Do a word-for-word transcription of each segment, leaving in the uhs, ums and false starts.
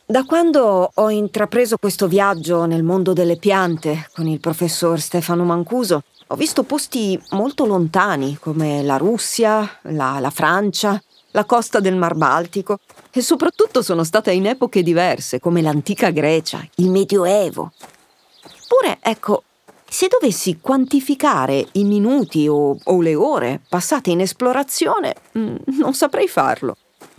Da quando ho intrapreso questo viaggio nel mondo delle piante con il professor Stefano Mancuso, ho visto posti molto lontani come la Russia, la, la Francia, la costa del Mar Baltico e soprattutto sono stata in epoche diverse come l'antica Grecia, il Medioevo. Eppure, ecco, se dovessi quantificare i minuti o, o le ore passate in esplorazione, mh, non saprei farlo.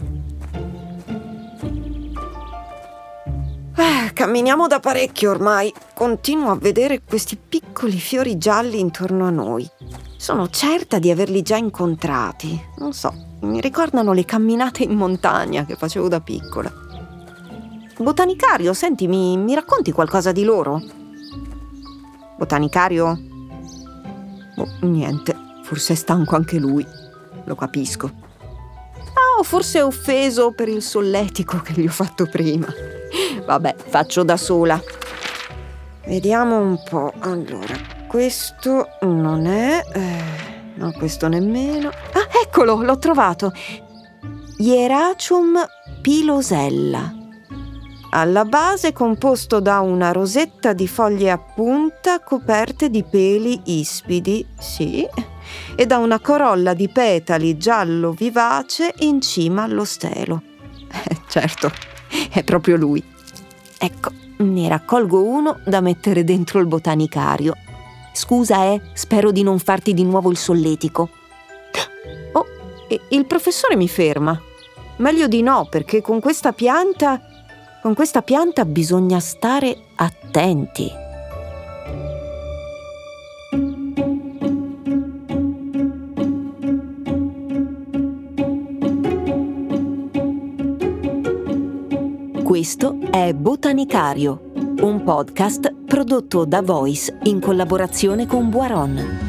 Eh, camminiamo da parecchio ormai. Continuo a vedere questi piccoli fiori gialli intorno a noi. Sono certa di averli già incontrati. Non so, mi ricordano le camminate in montagna che facevo da piccola. Botanicario, senti, mi, mi racconti qualcosa di loro? Botanicario? Oh, niente, forse è stanco anche lui. Lo capisco. Ah, o forse è offeso per il solletico che gli ho fatto prima. Vabbè, faccio da sola. Vediamo un po'. Allora, questo non è... Eh, no, questo nemmeno. Ah, eccolo, l'ho trovato. Hieracium pilosella. Alla base composto da una rosetta di foglie a punta coperte di peli ispidi, sì, e da una corolla di petali giallo vivace in cima allo stelo. Eh, certo, è proprio lui. Ecco, ne raccolgo uno da mettere dentro il botanicario. Scusa, eh, spero di non farti di nuovo il solletico. Oh, il professore mi ferma. Meglio di no, perché con questa pianta, con questa pianta bisogna stare attenti. Questo è Botanicario, un podcast prodotto da Voice in collaborazione con Boiron.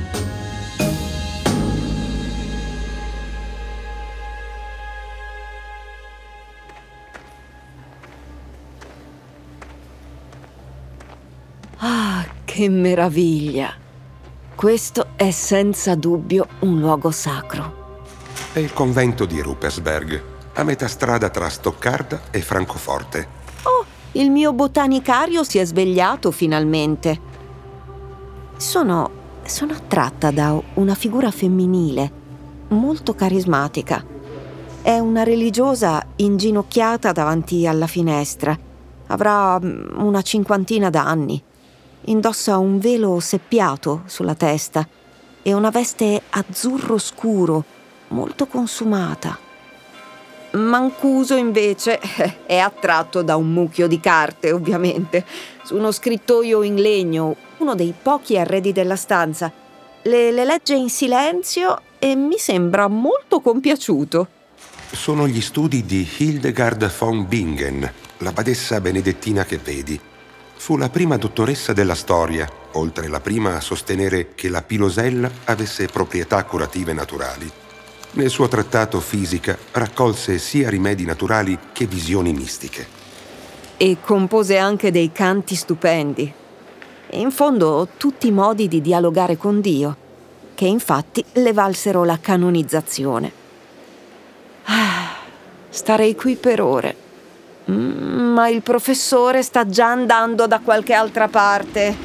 Ah, che meraviglia! Questo è senza dubbio un luogo sacro. È il convento di Ruppersberg, a metà strada tra Stoccarda e Francoforte. Oh, il mio botanicario si è svegliato finalmente. Sono, sono attratta da una figura femminile, molto carismatica. È una religiosa inginocchiata davanti alla finestra. Avrà una cinquantina d'anni. Indossa un velo seppiato sulla testa e una veste azzurro scuro, molto consumata. Mancuso invece è attratto da un mucchio di carte, ovviamente, su uno scrittoio in legno, uno dei pochi arredi della stanza. Le, le legge in silenzio e mi sembra molto compiaciuto. Sono gli studi di Hildegard von Bingen, la badessa benedettina che vedi. Fu la prima dottoressa della storia, oltre la prima a sostenere che la pilosella avesse proprietà curative naturali. Nel suo trattato Fisica raccolse sia rimedi naturali che visioni mistiche. E compose anche dei canti stupendi. E in fondo tutti modi di dialogare con Dio, che infatti le valsero la canonizzazione. Ah, starei qui per ore. Mm, ma il professore sta già andando da qualche altra parte.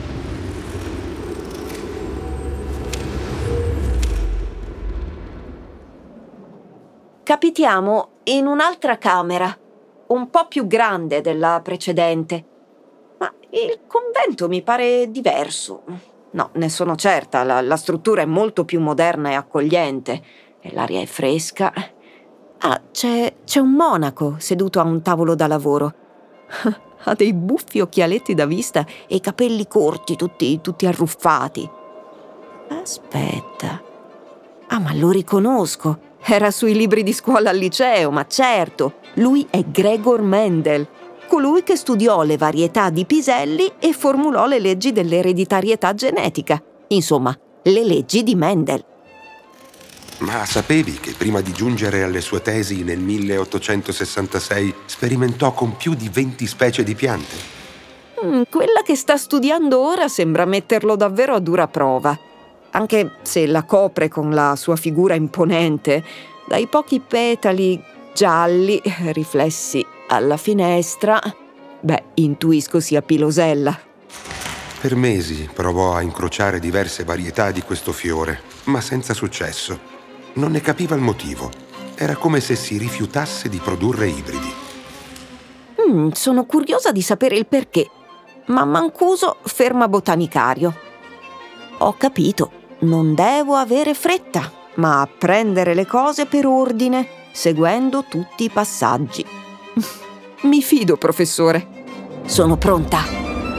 Capitiamo in un'altra camera, un po' più grande della precedente. Ma il convento mi pare diverso. No, ne sono certa, la, la struttura è molto più moderna e accogliente, e l'aria è fresca. Ah, c'è, c'è un monaco seduto a un tavolo da lavoro. Ha dei buffi occhialetti da vista e i capelli corti, tutti, tutti arruffati. Aspetta. Ah, ma lo riconosco. Era sui libri di scuola al liceo, ma certo, lui è Gregor Mendel, colui che studiò le varietà di piselli e formulò le leggi dell'ereditarietà genetica. Insomma, le leggi di Mendel. Ma sapevi che prima di giungere alle sue tesi nel milleottocentosessantasei sperimentò con più di venti specie di piante? Mm, quella che sta studiando ora sembra metterlo davvero a dura prova. Anche se la copre con la sua figura imponente, dai pochi petali gialli riflessi alla finestra, beh, intuisco sia pilosella. Per mesi provò a incrociare diverse varietà di questo fiore, ma senza successo. Non ne capiva il motivo. Era come se si rifiutasse di produrre ibridi. Mm, sono curiosa di sapere il perché, ma Mancuso ferma Botanicario. Ho capito, non devo avere fretta, ma prendere le cose per ordine, seguendo tutti i passaggi. Mi fido, professore. Sono pronta.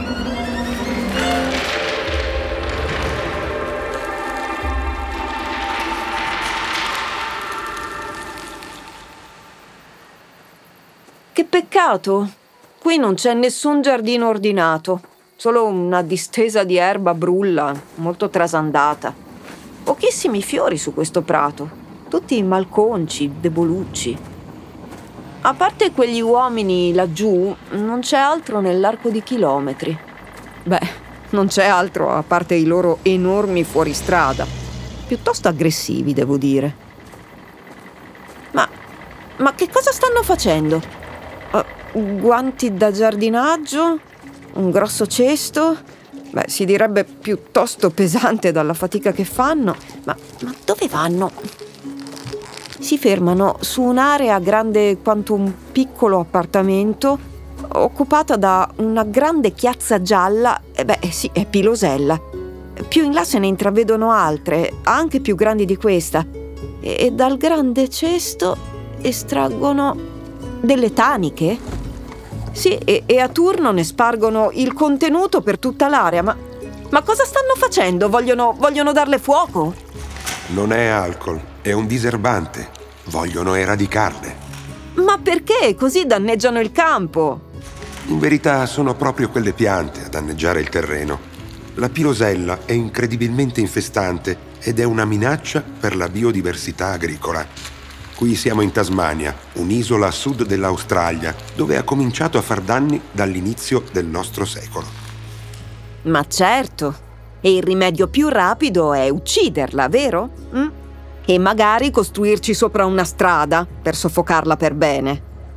Che peccato! Qui non c'è nessun giardino ordinato, solo una distesa di erba brulla, molto trasandata. Pochissimi fiori su questo prato, tutti malconci, debolucci. A parte quegli uomini laggiù, non c'è altro nell'arco di chilometri. Beh, non c'è altro a parte i loro enormi fuoristrada, piuttosto aggressivi, devo dire. Ma, ma che cosa stanno facendo? Uh, guanti da giardinaggio, un grosso cesto, beh, si direbbe piuttosto pesante dalla fatica che fanno, ma, ma dove vanno? Si fermano su un'area grande quanto un piccolo appartamento, occupata da una grande chiazza gialla, e beh sì, è pilosella. Più in là se ne intravedono altre, anche più grandi di questa, e, e dal grande cesto estraggono delle taniche? Sì, e, e a turno ne spargono il contenuto per tutta l'area, ma, ma cosa stanno facendo? Vogliono, vogliono darle fuoco? Non è alcol, è un diserbante. Vogliono eradicarle. Ma perché? Così danneggiano il campo. In verità sono proprio quelle piante a danneggiare il terreno. La pilosella è incredibilmente infestante ed è una minaccia per la biodiversità agricola. Qui siamo in Tasmania, un'isola a sud dell'Australia, dove ha cominciato a far danni dall'inizio del nostro secolo. Ma certo, e il rimedio più rapido è ucciderla, vero? Mm? E magari costruirci sopra una strada per soffocarla per bene.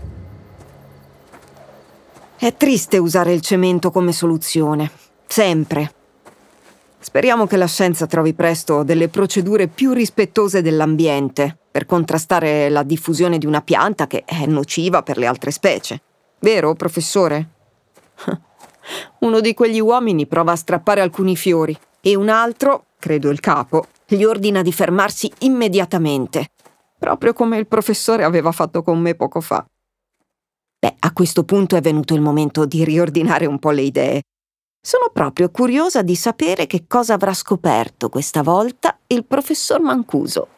È triste usare il cemento come soluzione, sempre. Speriamo che la scienza trovi presto delle procedure più rispettose dell'ambiente per contrastare la diffusione di una pianta che è nociva per le altre specie. Vero, professore? Uno di quegli uomini prova a strappare alcuni fiori e un altro, credo il capo, gli ordina di fermarsi immediatamente, proprio come il professore aveva fatto con me poco fa. Beh, a questo punto è venuto il momento di riordinare un po' le idee. Sono proprio curiosa di sapere che cosa avrà scoperto questa volta il professor Mancuso.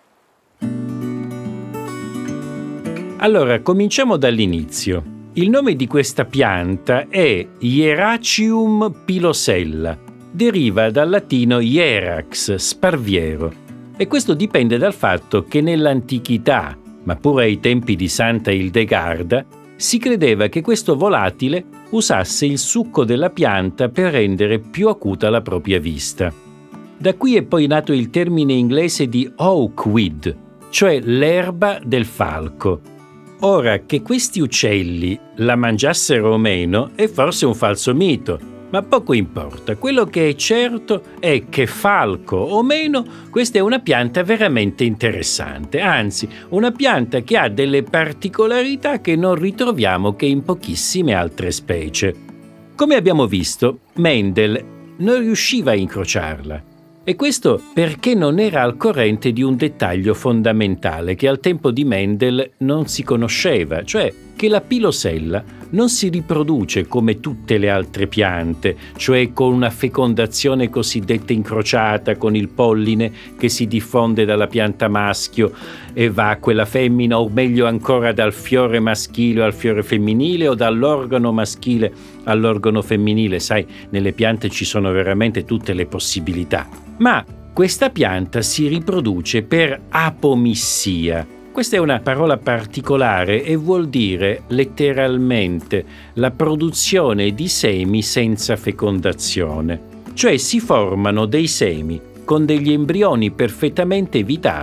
Allora, cominciamo dall'inizio. Il nome di questa pianta è Hieracium pilosella. Deriva dal latino hierax, sparviero. E questo dipende dal fatto che nell'antichità, ma pure ai tempi di Santa Ildegarda, si credeva che questo volatile usasse il succo della pianta per rendere più acuta la propria vista. Da qui è poi nato il termine inglese di hawkweed, cioè l'erba del falco. Ora, che questi uccelli la mangiassero o meno è forse un falso mito, ma poco importa. Quello che è certo è che falco o meno, questa è una pianta veramente interessante, anzi, una pianta che ha delle particolarità che non ritroviamo che in pochissime altre specie. Come abbiamo visto, Mendel non riusciva a incrociarla. E questo perché non era al corrente di un dettaglio fondamentale che al tempo di Mendel non si conosceva, cioè che la pilosella non si riproduce come tutte le altre piante, cioè con una fecondazione cosiddetta incrociata con il polline che si diffonde dalla pianta maschio e va a quella femmina, o meglio ancora dal fiore maschile al fiore femminile o dall'organo maschile all'organo femminile. Sai, nelle piante ci sono veramente tutte le possibilità. Ma questa pianta si riproduce per apomissia. Questa è una parola particolare e vuol dire letteralmente la produzione di semi senza fecondazione. Cioè si formano dei semi con degli embrioni perfettamente vitali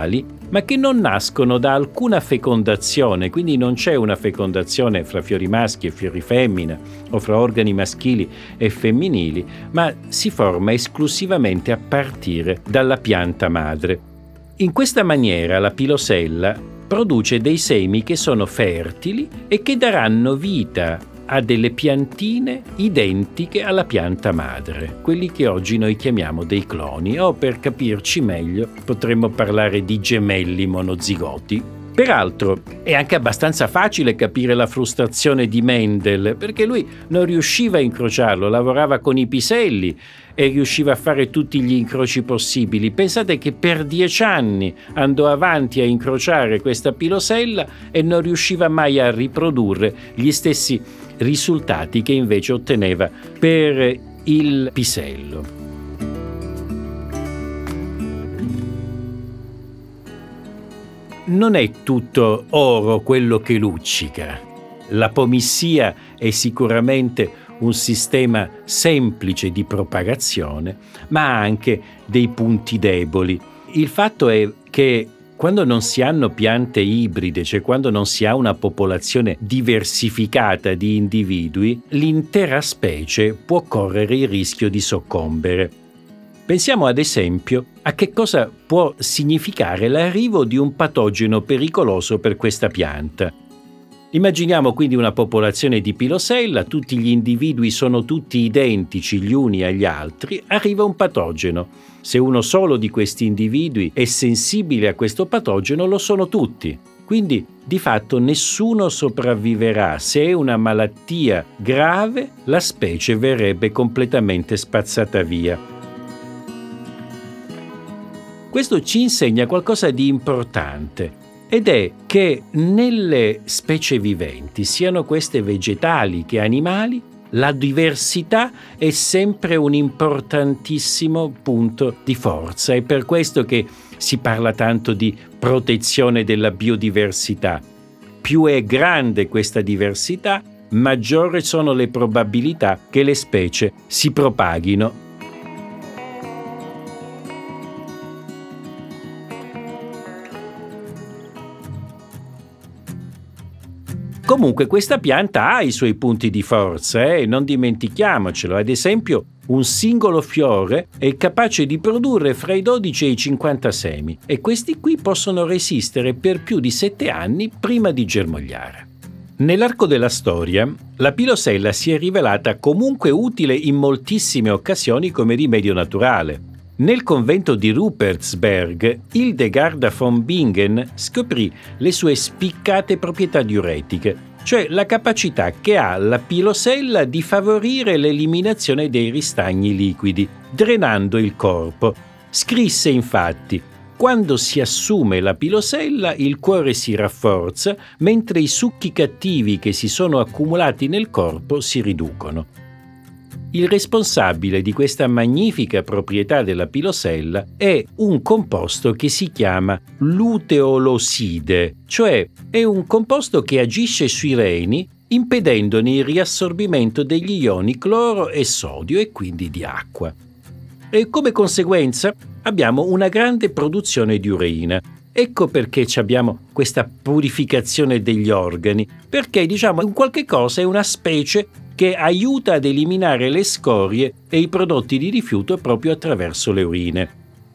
ma che non nascono da alcuna fecondazione, quindi non c'è una fecondazione fra fiori maschi e fiori femmina o fra organi maschili e femminili, ma si forma esclusivamente a partire dalla pianta madre. In questa maniera la pilosella produce dei semi che sono fertili e che daranno vita a delle piantine identiche alla pianta madre, quelli che oggi noi chiamiamo dei cloni, o per capirci meglio potremmo parlare di gemelli monozigoti. Peraltro è anche abbastanza facile capire la frustrazione di Mendel, perché lui non riusciva a incrociarlo, lavorava con i piselli e riusciva a fare tutti gli incroci possibili. Pensate che per dieci anni andò avanti a incrociare questa pilosella e non riusciva mai a riprodurre gli stessi risultati che invece otteneva per il pisello. Non è tutto oro quello che luccica. La pomissia è sicuramente un sistema semplice di propagazione, ma ha anche dei punti deboli. Il fatto è che quando non si hanno piante ibride, cioè quando non si ha una popolazione diversificata di individui, l'intera specie può correre il rischio di soccombere. Pensiamo ad esempio a che cosa può significare l'arrivo di un patogeno pericoloso per questa pianta. Immaginiamo quindi una popolazione di pilosella, tutti gli individui sono tutti identici gli uni agli altri, arriva un patogeno. Se uno solo di questi individui è sensibile a questo patogeno, lo sono tutti. Quindi, di fatto, nessuno sopravviverà. Se è una malattia grave, la specie verrebbe completamente spazzata via. Questo ci insegna qualcosa di importante. Ed è che nelle specie viventi, siano queste vegetali che animali, la diversità è sempre un importantissimo punto di forza. È per questo che si parla tanto di protezione della biodiversità. Più è grande questa diversità, maggiori sono le probabilità che le specie si propaghino. Comunque questa pianta ha i suoi punti di forza, eh? Non dimentichiamocelo. Ad esempio, un singolo fiore è capace di produrre fra i dodici e i cinquanta semi e questi qui possono resistere per più di sette anni prima di germogliare. Nell'arco della storia, la pilosella si è rivelata comunque utile in moltissime occasioni come rimedio naturale. Nel convento di Rupertsberg, Hildegarda von Bingen scoprì le sue spiccate proprietà diuretiche, cioè la capacità che ha la pilosella di favorire l'eliminazione dei ristagni liquidi, drenando il corpo. Scrisse infatti: quando si assume la pilosella, il cuore si rafforza, mentre i succhi cattivi che si sono accumulati nel corpo si riducono. Il responsabile di questa magnifica proprietà della pilosella è un composto che si chiama luteoloside, cioè è un composto che agisce sui reni impedendone il riassorbimento degli ioni cloro e sodio e quindi di acqua. E come conseguenza abbiamo una grande produzione di urina. Ecco perché abbiamo questa purificazione degli organi, perché diciamo in qualche cosa è una specie che aiuta ad eliminare le scorie e i prodotti di rifiuto proprio attraverso le urine.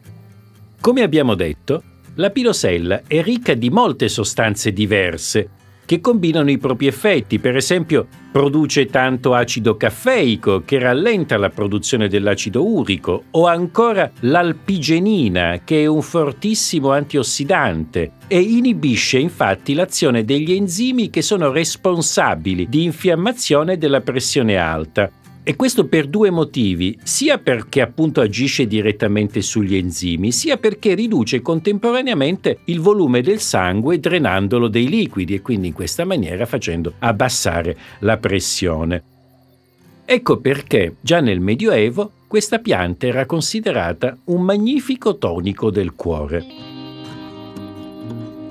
Come abbiamo detto, la pilosella è ricca di molte sostanze diverse che combinano i propri effetti. Per esempio, produce tanto acido caffeico che rallenta la produzione dell'acido urico, o ancora l'alpigenina, che è un fortissimo antiossidante e inibisce infatti l'azione degli enzimi che sono responsabili di infiammazione della pressione alta. E questo per due motivi, sia perché appunto agisce direttamente sugli enzimi, sia perché riduce contemporaneamente il volume del sangue drenandolo dei liquidi e quindi in questa maniera facendo abbassare la pressione. Ecco perché già nel Medioevo questa pianta era considerata un magnifico tonico del cuore.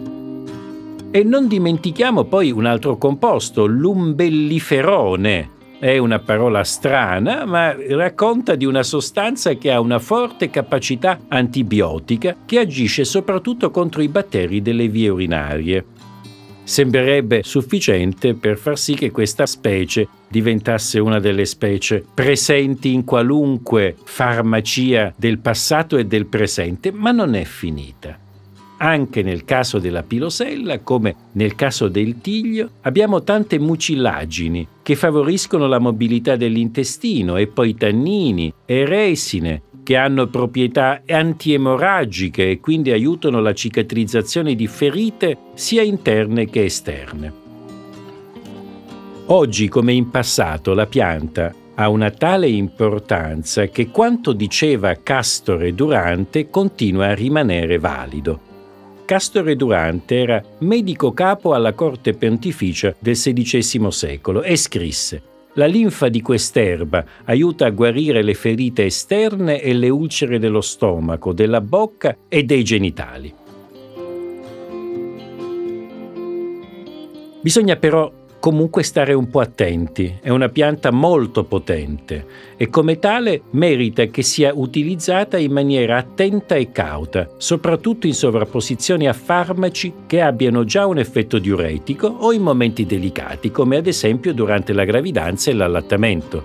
E non dimentichiamo poi un altro composto, l'umbelliferone, è una parola strana, ma racconta di una sostanza che ha una forte capacità antibiotica che agisce soprattutto contro i batteri delle vie urinarie. Sembrerebbe sufficiente per far sì che questa specie diventasse una delle specie presenti in qualunque farmacia del passato e del presente, ma non è finita. Anche nel caso della pilosella, come nel caso del tiglio, abbiamo tante mucillagini che favoriscono la mobilità dell'intestino e poi tannini e resine che hanno proprietà antiemorragiche e quindi aiutano la cicatrizzazione di ferite sia interne che esterne. Oggi, come in passato, la pianta ha una tale importanza che quanto diceva Castore Durante continua a rimanere valido. Castore Durante era medico capo alla corte pontificia del sedicesimo secolo e scrisse: «La linfa di quest'erba aiuta a guarire le ferite esterne e le ulcere dello stomaco, della bocca e dei genitali». Bisogna però comunque stare un po' attenti, è una pianta molto potente e come tale merita che sia utilizzata in maniera attenta e cauta, soprattutto in sovrapposizione a farmaci che abbiano già un effetto diuretico o in momenti delicati, come ad esempio durante la gravidanza e l'allattamento.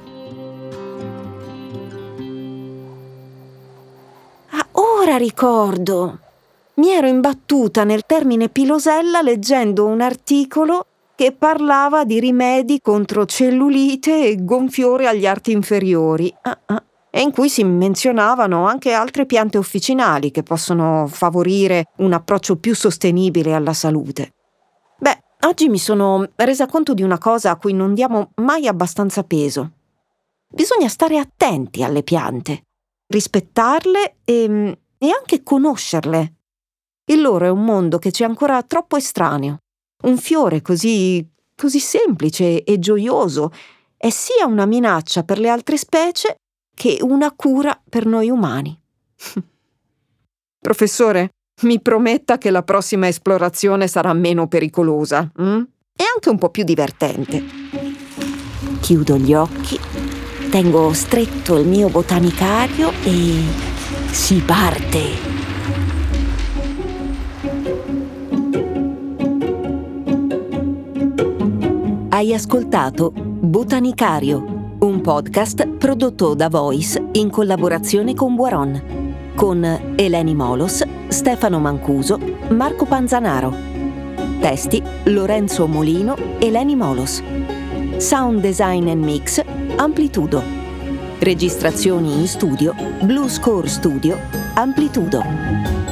Ah, ora ricordo! Mi ero imbattuta nel termine pilosella leggendo un articolo che parlava di rimedi contro cellulite e gonfiore agli arti inferiori, ah, ah, e in cui si menzionavano anche altre piante officinali che possono favorire un approccio più sostenibile alla salute. Beh, oggi mi sono resa conto di una cosa a cui non diamo mai abbastanza peso. Bisogna stare attenti alle piante, rispettarle e, e anche conoscerle. Il loro è un mondo che ci è ancora troppo estraneo. Un fiore così, così semplice e gioioso è sia una minaccia per le altre specie che una cura per noi umani. Professore, mi prometta che la prossima esplorazione sarà meno pericolosa hm? e anche un po' più divertente. Chiudo gli occhi, tengo stretto il mio botanicario e si parte! Hai ascoltato Botanicario, un podcast prodotto da Voice in collaborazione con Buaron, con Eleni Molos, Stefano Mancuso, Marco Panzanaro. Testi Lorenzo Molino, Eleni Molos. Sound design and mix Amplitudo. Registrazioni in studio Blue Score Studio, Amplitudo.